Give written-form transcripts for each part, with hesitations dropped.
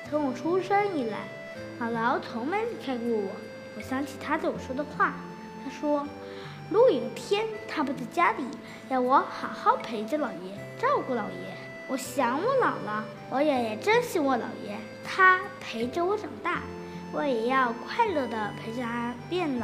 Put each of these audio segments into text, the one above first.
从我出生以来，姥姥从没离开过我。我想起她对我说的话，她说，如果有一天她不在家里，要我好好陪着姥爷，照顾姥爷。我想我姥姥，我也珍惜我姥爷，他陪着我长大，我也要快乐地陪着他变老。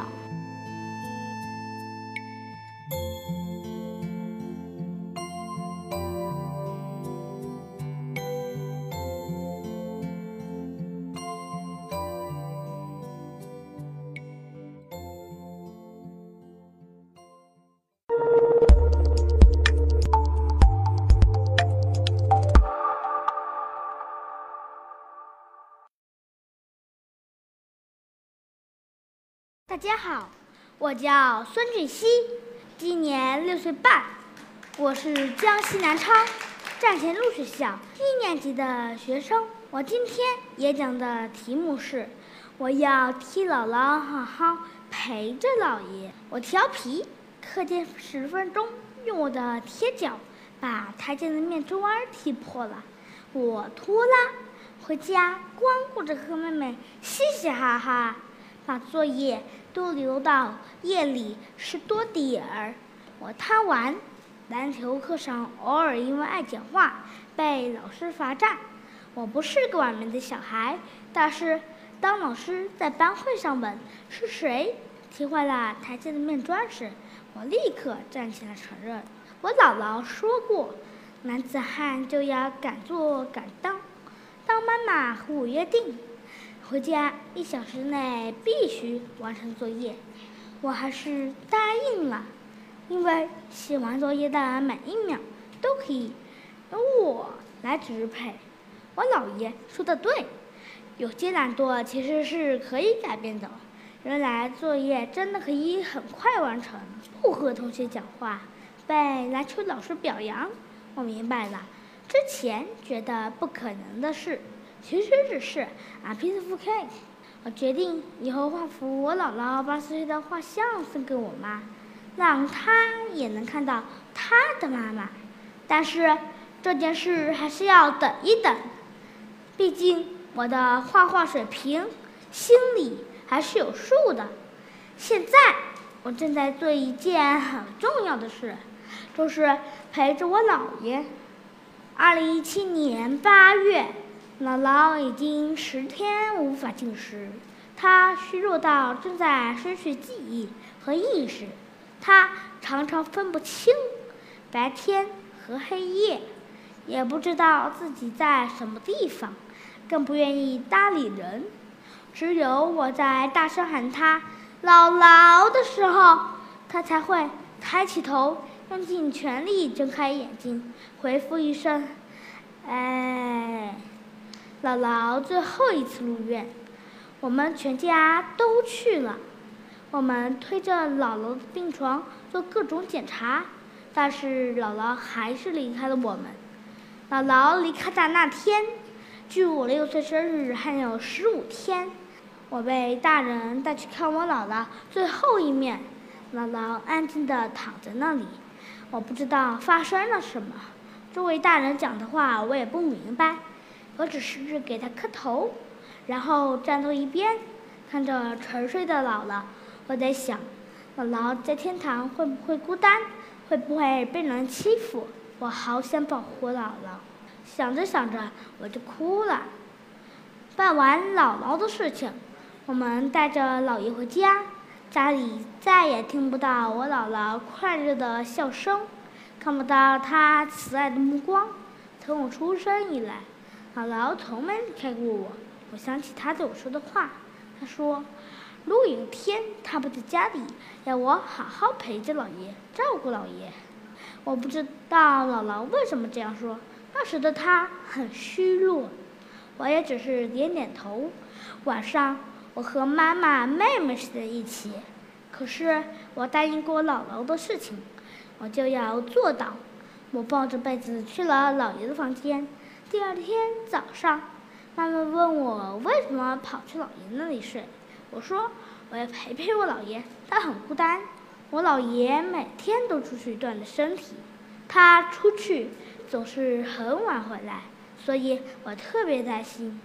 大家好，我叫孙俊熙，今年6岁半，我是江西南昌站前路学校1年级的学生。我今天演讲的题目是我要替姥姥好好陪着姥爷。我调皮，课间10分钟用我的铁脚把台阶的面砖踢破了。我拖拉回家，光顾着和妹妹嘻嘻哈哈，把作业都留到夜里10多点。我贪玩，篮球课上偶尔因为爱讲话被老师罚站。我不是个完美的小孩，但是当老师在班会上问是谁踢坏了台阶的面砖时，我立刻站起来承认。我姥姥说过，男子汉就要敢做敢当。当妈妈和我约定，回家1小时内必须完成作业，我还是答应了，因为写完作业的每1秒都可以由我来支配。我姥爷说的对，有些懒惰其实是可以改变的。原来作业真的可以很快完成。不和同学讲话，被篮球老师表扬，我明白了，之前觉得不可能的事，其实只是a piece of cake。我决定以后画幅我姥姥80岁的画像送给我妈，让她也能看到她的妈妈。但是这件事还是要等一等，毕竟我的画画水平心里还是有数的。现在我正在做一件很重要的事，就是陪着我姥爷。2017年8月，姥姥已经10天无法进食，她虚弱到正在失去记忆和意识。她常常分不清白天和黑夜，也不知道自己在什么地方，更不愿意搭理人。只有我在大声喊她姥姥的时候，她才会抬起头，用尽全力睁开眼睛，回复一声哎。姥姥最后一次入院，我们全家都去了。我们推着姥姥的病床做各种检查，但是姥姥还是离开了我们。姥姥离开的那天，距我6岁生日还有15天。我被大人带去看我姥姥最后一面，姥姥安静地躺在那里，我不知道发生了什么，周围大人讲的话我也不明白，我只是给她磕头，然后站到一边，看着沉睡的姥姥。我在想，姥姥在天堂会不会孤单，会不会被人欺负？我好想保护姥姥。想着想着我就哭了。办完姥姥的事情，我们带着姥爷回家，家里再也听不到我姥姥快乐的笑声，看不到她慈爱的目光。从我出生以来，姥姥从没离开过我。我想起她对我说的话，她说，如果有一天她不在家里，要我好好陪着姥爷，照顾姥爷。我不知道姥姥为什么这样说，那时的她很虚弱，我也只是点点头。晚上我和妈妈、妹妹睡在一起，可是我答应过姥姥的事情，我就要做到。我抱着被子去了姥爷的房间。第2天早上，妈妈问我为什么跑去姥爷那里睡，我说我要陪陪我姥爷，他很孤单。我姥爷每天都出去锻炼身体，他出去总是很晚回来，所以我特别担心。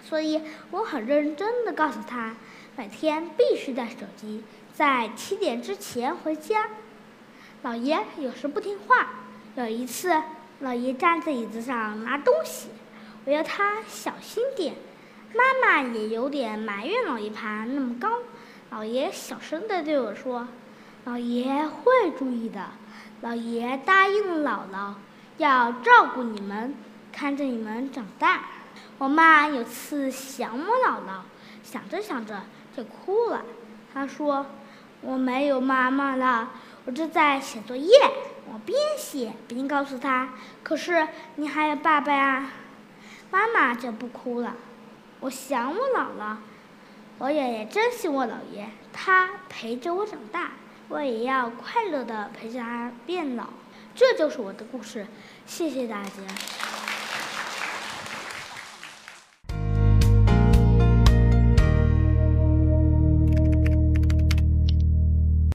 所以我很认真地告诉他，每天必须带手机，在7点之前回家。老爷有时不听话，有一次，老爷站在椅子上拿东西，我要他小心点。妈妈也有点埋怨老爷爬那么高，老爷小声地对我说：“老爷会注意的，老爷答应了姥姥，要照顾你们，看着你们长大。”我妈有次想我姥姥，想着想着就哭了。她说：“我没有妈妈了，我正在写作业，我边写边告诉她，可是你还有爸爸呀。”妈妈就不哭了。我想我姥姥，我也珍惜我姥爷，他陪着我长大，我也要快乐地陪着他变老。这就是我的故事，谢谢大家。